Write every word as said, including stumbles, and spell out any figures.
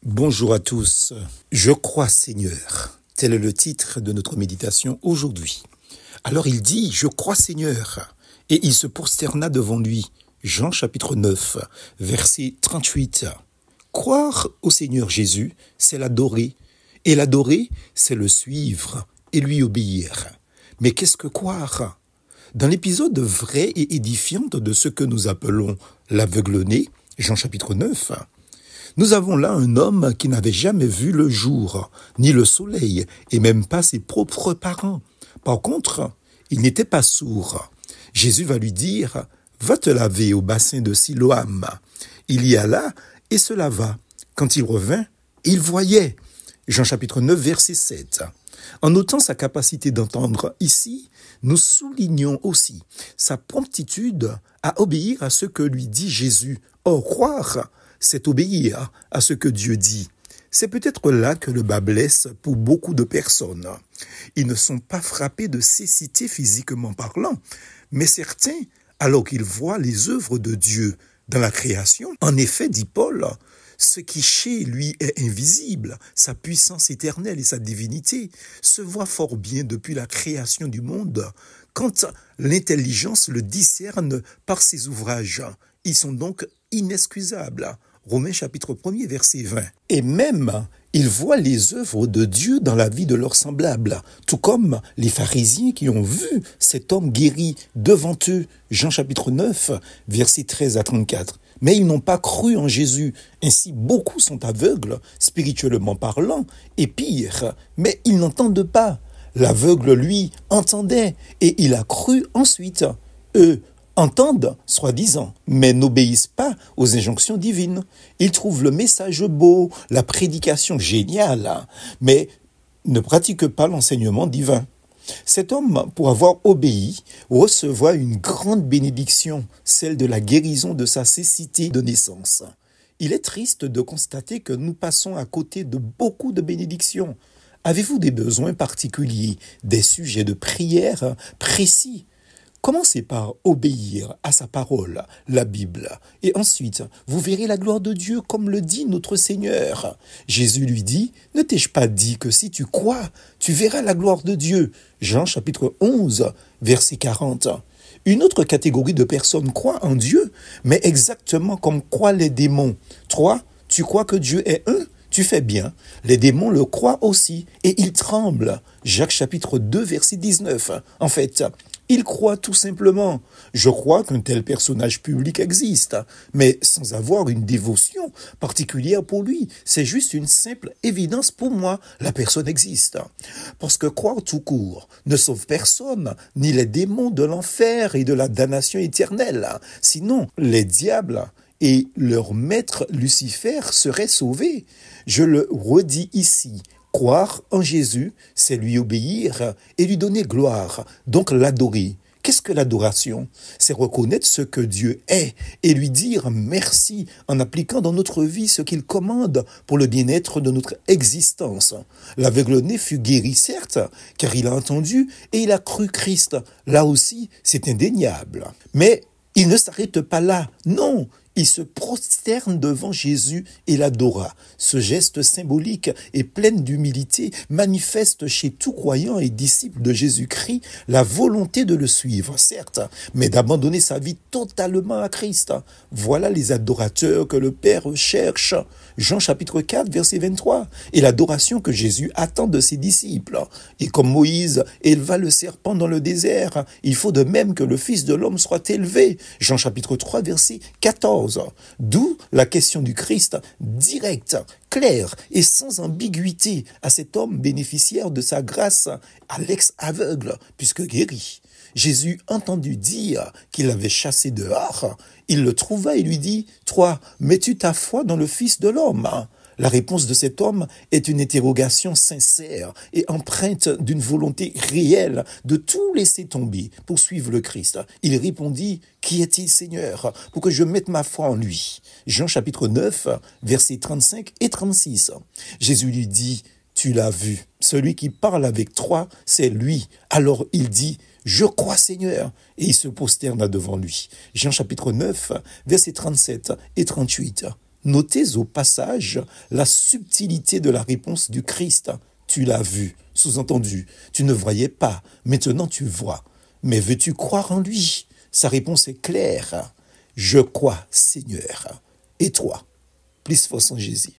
Bonjour à tous. Je crois Seigneur. Tel est le titre de notre méditation aujourd'hui. Alors il dit, je crois Seigneur. Et il se prosterna devant lui. Jean chapitre neuf, verset trente-huit. Croire au Seigneur Jésus, c'est l'adorer. Et l'adorer, c'est le suivre et lui obéir. Mais qu'est-ce que croire ? Dans l'épisode vrai et édifiant de ce que nous appelons l'aveugle-né, Jean chapitre neuf, nous avons là un homme qui n'avait jamais vu le jour, ni le soleil, et même pas ses propres parents. Par contre, il n'était pas sourd. Jésus va lui dire, « Va te laver au bassin de Siloam. » Il y alla et se lava. Quand il revint, il voyait. Jean chapitre neuf, verset sept. En notant sa capacité d'entendre ici, nous soulignons aussi sa promptitude à obéir à ce que lui dit Jésus. Or, croire, c'est obéir à ce que Dieu dit. C'est peut-être là que le bas blesse pour beaucoup de personnes. Ils ne sont pas frappés de cécité physiquement parlant, mais certains, alors qu'ils voient les œuvres de Dieu dans la création, en effet, dit Paul, ce qui chez lui est invisible, sa puissance éternelle et sa divinité, se voit fort bien depuis la création du monde, quand l'intelligence le discerne par ses ouvrages. Ils sont donc inexcusables. Romains chapitre un, verset vingt. Et même, ils voient les œuvres de Dieu dans la vie de leurs semblables, tout comme les pharisiens qui ont vu cet homme guéri devant eux, Jean chapitre neuf, verset treize à trente-quatre. Mais ils n'ont pas cru en Jésus. Ainsi, beaucoup sont aveugles, spirituellement parlant, et pire, mais ils n'entendent pas. L'aveugle, lui, entendait, et il a cru ensuite. Eux entendent, soi-disant, mais n'obéissent pas aux injonctions divines. Ils trouvent le message beau, la prédication géniale, mais ne pratiquent pas l'enseignement divin. Cet homme, pour avoir obéi, recevra une grande bénédiction, celle de la guérison de sa cécité de naissance. Il est triste de constater que nous passons à côté de beaucoup de bénédictions. Avez-vous des besoins particuliers, des sujets de prière précis ? Commencez par obéir à sa parole, la Bible, et ensuite, vous verrez la gloire de Dieu comme le dit notre Seigneur. Jésus lui dit, « Ne t'ai-je pas dit que si tu crois, tu verras la gloire de Dieu ?» Jean chapitre onze, verset quarante. Une autre catégorie de personnes croient en Dieu, mais exactement comme croient les démons. Toi, tu crois que Dieu est un ? Tu fais bien. Les démons le croient aussi, et ils tremblent. Jacques chapitre deux, verset dix-neuf. En fait, ils croient tout simplement. Je crois qu'un tel personnage public existe, mais sans avoir une dévotion particulière pour lui. C'est juste une simple évidence pour moi. La personne existe. Parce que croire tout court ne sauve personne, ni les démons de l'enfer et de la damnation éternelle. Sinon, les diables et leur maître Lucifer seraient sauvés. Je le redis ici. Croire en Jésus, c'est lui obéir et lui donner gloire, donc l'adorer. Qu'est-ce que l'adoration ? C'est reconnaître ce que Dieu est et lui dire merci en appliquant dans notre vie ce qu'il commande pour le bien-être de notre existence. L'aveugle-né fut guéri, certes, car il a entendu et il a cru Christ. Là aussi, c'est indéniable. Mais il ne s'arrête pas là. Non, il se prosterne devant Jésus et l'adora. Ce geste symbolique et plein d'humilité manifeste chez tout croyant et disciple de Jésus-Christ la volonté de le suivre, certes, mais d'abandonner sa vie totalement à Christ. Voilà les adorateurs que le Père cherche. Jean chapitre quatre, verset vingt-trois. Et l'adoration que Jésus attend de ses disciples. Et comme Moïse éleva le serpent dans le désert, il faut de même que le Fils de l'homme soit élevé. Jean chapitre trois, verset quatorze. D'où la question du Christ directe, claire et sans ambiguïté à cet homme bénéficiaire de sa grâce, à l'ex-aveugle, puisque guéri. Jésus entendu dire qu'il l'avait chassé dehors, il le trouva et lui dit « Toi, mets-tu ta foi dans le Fils de l'homme ?» La réponse de cet homme est une interrogation sincère et empreinte d'une volonté réelle de tout laisser tomber pour suivre le Christ. Il répondit, « Qui est-il, Seigneur, pour que je mette ma foi en lui ?» Jean chapitre neuf, versets trente-cinq et trente-six. Jésus lui dit, « Tu l'as vu, celui qui parle avec toi, c'est lui. » Alors il dit, « Je crois, Seigneur. » Et il se prosterna devant lui. Jean chapitre neuf, versets trente-sept et trente-huit. Notez au passage la subtilité de la réponse du Christ. Tu l'as vu, sous-entendu, tu ne voyais pas, maintenant tu vois. Mais veux-tu croire en lui? Sa réponse est claire. Je crois, Seigneur. Et toi? Plus force en Jésus.